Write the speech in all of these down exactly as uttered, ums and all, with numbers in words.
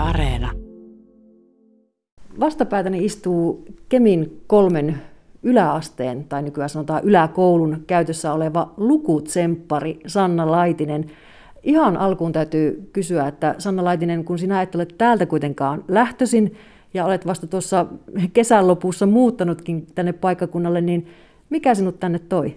Areena. Vastapäätäni istuu Kemin kolmen yläasteen, tai nykyään sanotaan yläkoulun käytössä oleva lukutsemppari Sanna Laitinen. Ihan alkuun täytyy kysyä, että Sanna Laitinen, kun sinä et ole täältä kuitenkaan lähtöisin ja olet vasta tuossa kesän lopussa muuttanutkin tänne paikkakunnalle, niin mikä sinut tänne toi?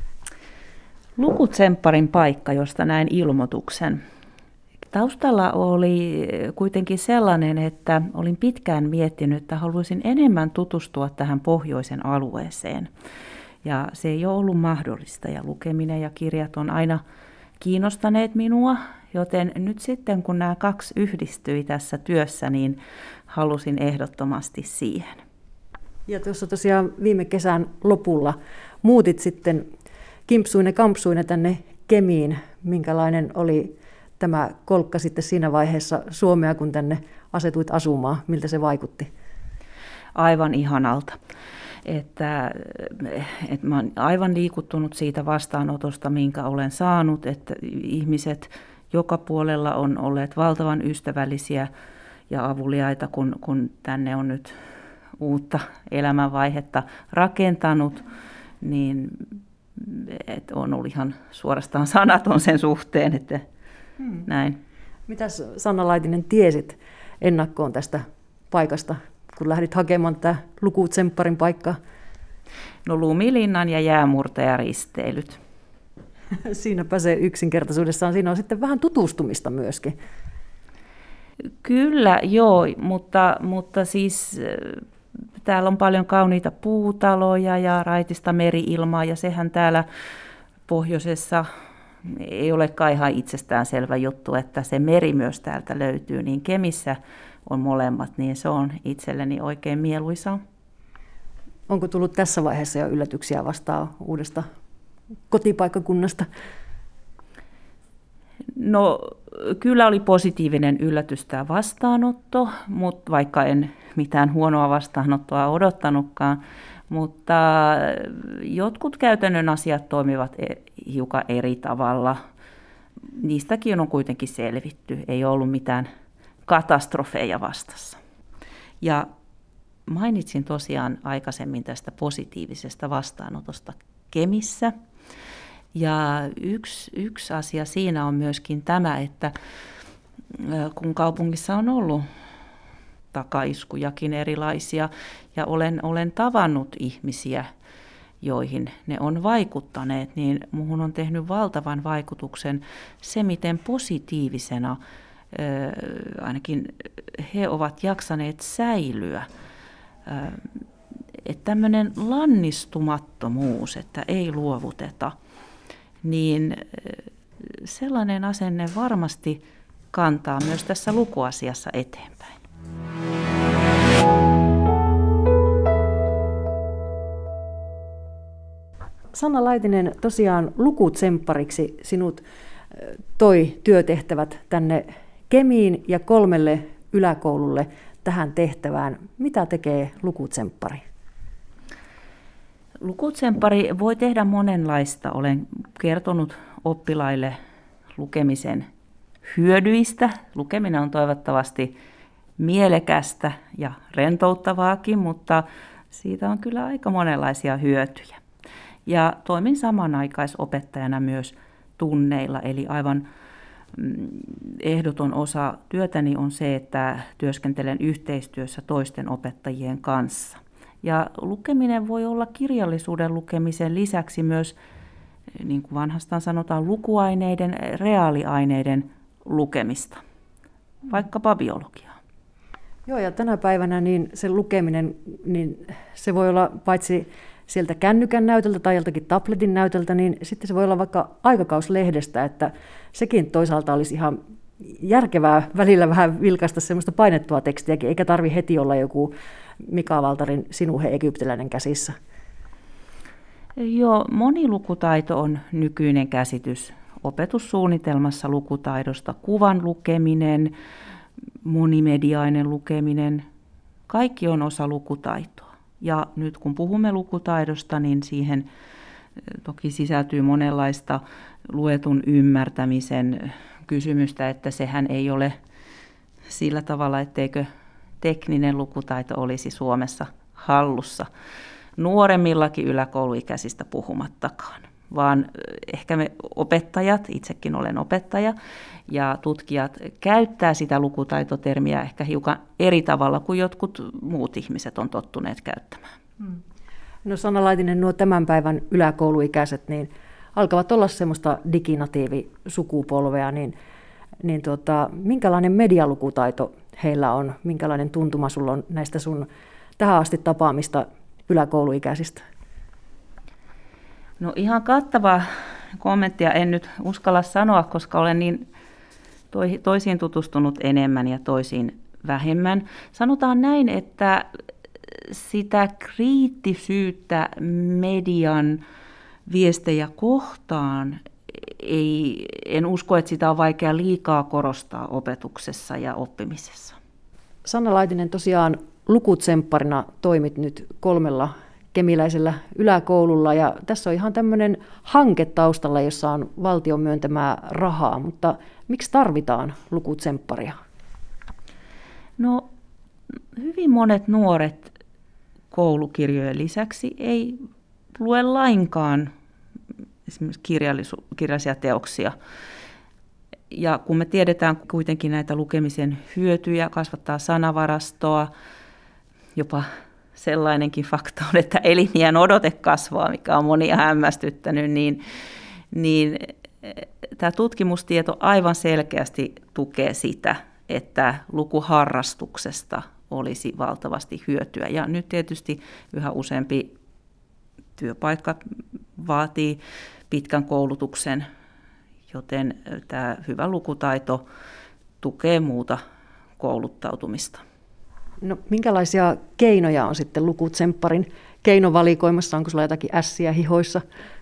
Lukutsempparin paikka, josta näin ilmoituksen. Taustalla oli kuitenkin sellainen, että olin pitkään miettinyt, että haluaisin enemmän tutustua tähän pohjoisen alueeseen. Ja se ei ole ollut mahdollista, ja lukeminen ja kirjat on aina kiinnostaneet minua, joten nyt sitten kun nämä kaksi yhdistyi tässä työssä, niin halusin ehdottomasti siihen. Ja tuossa tosiaan viime kesän lopulla muutit sitten kimpsuine kampsuine tänne Kemiin. Minkälainen oli tämä kolkka sitten siinä vaiheessa Suomea, kun tänne asetuit asumaan? Miltä se vaikutti? Aivan ihanalta. Että, että mä olen aivan liikuttunut siitä vastaanotosta, minkä olen saanut, että ihmiset joka puolella on olleet valtavan ystävällisiä ja avuliaita, kun, kun tänne on nyt uutta elämänvaihetta rakentanut, niin että on ollut ihan suorastaan sanaton sen suhteen, että hmm. näin. Mitäs Sanna Laitinen tiesit ennakkoon tästä paikasta, kun lähdit hakemaan tätä lukutsempparin paikkaa? No lumilinnan ja jäämurtajaristeilyt. Siinäpä se yksinkertaisuudessaan. Siinä on sitten vähän tutustumista myöskin. Kyllä, joo, mutta, mutta siis täällä on paljon kauniita puutaloja ja raitista meri-ilmaa, ja sehän täällä pohjoisessa ei olekaan ihan itsestäänselvä juttu, että se meri myös täältä löytyy, niin Kemissä on molemmat, niin se on itselleni oikein mieluisaa. Onko tullut tässä vaiheessa jo yllätyksiä vastaan uudesta kotipaikkakunnasta? No kyllä oli positiivinen yllätys tämä vastaanotto, mutta vaikka en mitään huonoa vastaanottoa odottanutkaan, mutta jotkut käytännön asiat toimivat hiukan eri tavalla. Niistäkin on kuitenkin selvitty, ei ollut mitään katastrofeja vastassa. Ja mainitsin tosiaan aikaisemmin tästä positiivisesta vastaanotosta Kemissä. Ja yksi, yksi asia siinä on myöskin tämä, että kun kaupungissa on ollut takaiskujakin erilaisia ja olen, olen tavannut ihmisiä, joihin ne on vaikuttaneet, niin minuun on tehnyt valtavan vaikutuksen se, miten positiivisena ainakin he ovat jaksaneet säilyä. Että tämmöinen lannistumattomuus, että ei luovuteta, niin sellainen asenne varmasti kantaa myös tässä lukuasiassa eteenpäin. Sanna Laitinen, tosiaan lukutsemppariksi sinut toi työtehtävät tänne Kemiin ja kolmelle yläkoululle tähän tehtävään. Mitä tekee lukutsemppari? Lukutsemppari voi tehdä monenlaista. Olen kertonut oppilaille lukemisen hyödyistä. Lukeminen on toivottavasti mielekästä ja rentouttavaakin, mutta siitä on kyllä aika monenlaisia hyötyjä. Ja toimin samanaikaisopettajana myös tunneilla, eli aivan ehdoton osa työtäni on se, että työskentelen yhteistyössä toisten opettajien kanssa. Ja lukeminen voi olla kirjallisuuden lukemisen lisäksi myös, niin kuin vanhastaan sanotaan, lukuaineiden, reaaliaineiden lukemista, vaikkapa biologiaa. Joo, ja tänä päivänä niin se lukeminen, niin se voi olla paitsi sieltä kännykän näytöltä tai joltakin tabletin näytöltä, niin sitten se voi olla vaikka aikakauslehdestä, että sekin toisaalta olisi ihan järkevää välillä vähän vilkaista semmoista painettua tekstiäkin, eikä tarvi heti olla joku Mika Valtarin Sinuhe egyptiläinen käsissä. Joo, monilukutaito on nykyinen käsitys opetussuunnitelmassa lukutaidosta. Kuvan lukeminen, monimediainen lukeminen, kaikki on osa lukutaitoa. Ja nyt kun puhumme lukutaidosta, niin siihen toki sisältyy monenlaista luetun ymmärtämisen kysymystä, että sehän ei ole sillä tavalla, etteikö tekninen lukutaito olisi Suomessa hallussa, nuoremmillakin yläkouluikäisistä puhumattakaan, vaan ehkä me opettajat, itsekin olen opettaja, ja tutkijat käyttää sitä lukutaitotermiä ehkä hiukan eri tavalla kuin jotkut muut ihmiset on tottuneet käyttämään. No Sanna Laitinen, nuo tämän päivän yläkouluikäiset niin alkavat olla semmoista diginatiivisukupolvea, niin, niin tuota, minkälainen medialukutaito heillä on, minkälainen tuntuma sulla on näistä sun tähän asti tapaamista yläkouluikäisistä? No ihan kattavaa kommenttia en nyt uskalla sanoa, koska olen niin toisiin tutustunut enemmän ja toisiin vähemmän. Sanotaan näin, että sitä kriittisyyttä median viestejä kohtaan ei, en usko, että sitä on vaikea liikaa korostaa opetuksessa ja oppimisessa. Sanna Laitinen, tosiaan lukutsempparina toimit nyt kolmella kemiläisellä yläkoululla, ja tässä on ihan tämmöinen hanke taustalla, jossa on valtion myöntämää rahaa, mutta miksi tarvitaan lukutsempparia? No, hyvin monet nuoret koulukirjojen lisäksi ei lue lainkaan esimerkiksi kirjallisia teoksia. Ja kun me tiedetään kuitenkin näitä lukemisen hyötyjä, kasvattaa sanavarastoa, jopa sellainenkin fakta on, että eliniän odote kasvaa, mikä on monia hämmästyttänyt, niin, niin tämä tutkimustieto aivan selkeästi tukee sitä, että lukuharrastuksesta olisi valtavasti hyötyä. Ja nyt tietysti yhä useampi työpaikka vaatii pitkän koulutuksen, joten tämä hyvä lukutaito tukee muuta kouluttautumista. No, minkälaisia keinoja on sitten lukutsempparin keinovalikoimassa? Onko sulla jotakin ässiä hihoissa?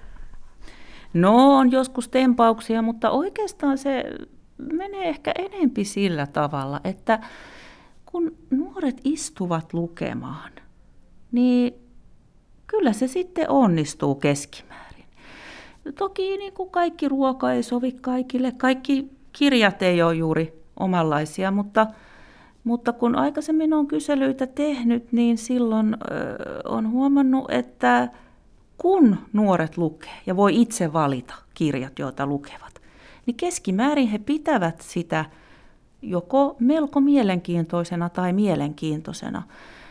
No, on joskus tempauksia, mutta oikeastaan se menee ehkä enempi sillä tavalla, että kun nuoret istuvat lukemaan, niin kyllä se sitten onnistuu keskimäärin. Toki niin kuin kaikki ruoka ei sovi kaikille, kaikki kirjat ei ole juuri omanlaisia, mutta, mutta kun aikaisemmin on kyselyitä tehnyt, niin silloin ö, on huomannut, että kun nuoret lukee ja voi itse valita kirjat, joita lukevat, niin keskimäärin he pitävät sitä joko melko mielenkiintoisena tai mielenkiintoisena.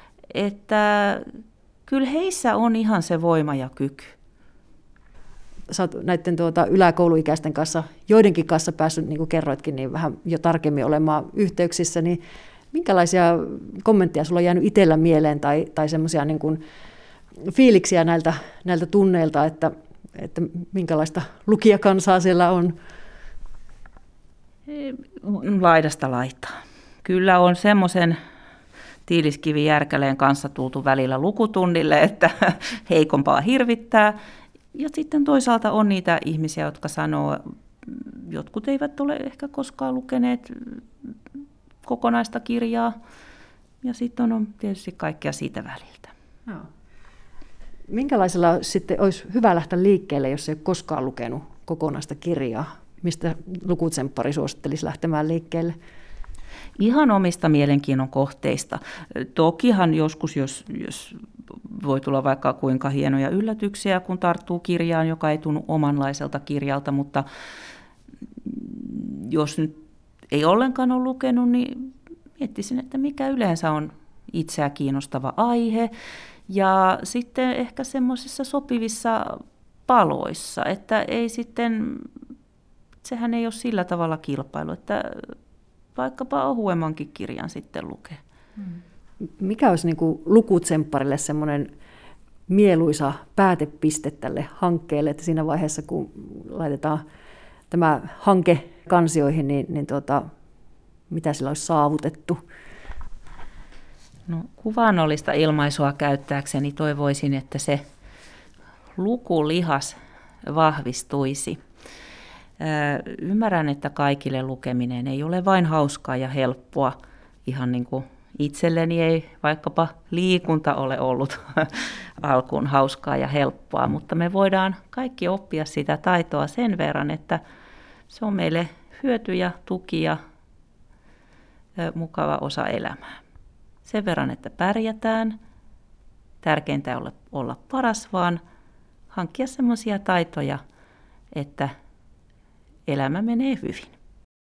Että kyllä heissä on ihan se voima ja kyky. Sä oot näiden tuota, yläkouluikäisten kanssa, joidenkin kanssa päässyt, niin kuin kerroitkin, niin vähän jo tarkemmin olemaan yhteyksissä, niin minkälaisia kommentteja sulla on jäänyt itsellä mieleen tai, tai semmoisia niin kuin fiiliksiä näiltä, näiltä tunneilta, että, että minkälaista lukijakansaa siellä on? Laidasta laitaan. Kyllä on semmoisen tiiliskivijärkäleen kanssa tultu välillä lukutunnille, että heikompaa hirvittää. Ja sitten toisaalta on niitä ihmisiä, jotka sanoo, jotkut eivät ole ehkä koskaan lukeneet kokonaista kirjaa. Ja sitten on tietysti kaikkea siitä väliltä. No. Minkälaisella sitten olisi hyvä lähteä liikkeelle, jos ei ole koskaan lukenut kokonaista kirjaa? Mistä lukutsemppari suosittelisi lähtemään liikkeelle? Ihan omista mielenkiinnon kohteista. Tokihan joskus, jos, jos voi tulla vaikka kuinka hienoja yllätyksiä, kun tarttuu kirjaan, joka ei tunnu omanlaiselta kirjalta, mutta jos nyt ei ollenkaan ole lukenut, niin miettisin, että mikä yleensä on itseä kiinnostava aihe. Ja sitten ehkä semmoisissa sopivissa paloissa, että ei sitten, sehän ei ole sillä tavalla kilpailu, että vaikkapa ohuemmankin kirjan sitten lukee. Mikä olisi niin kuin lukutsempparille semmoinen mieluisa päätepiste tälle hankkeelle, että siinä vaiheessa, kun laitetaan tämä hanke kansioihin, niin, niin tuota, mitä sillä olisi saavutettu? No, kuvaannollista ilmaisua käyttääkseni toivoisin, että se lukulihas vahvistuisi. Ymmärrän, että kaikille lukeminen ei ole vain hauskaa ja helppoa, ihan niin kuin itselleni ei vaikkapa liikunta ole ollut alkuun hauskaa ja helppoa, mutta me voidaan kaikki oppia sitä taitoa sen verran, että se on meille hyöty ja tuki ja mukava osa elämää. Sen verran, että pärjätään. Tärkeintä ei olla, olla paras, vaan hankkia semmoisia taitoja, että elämä menee hyvin.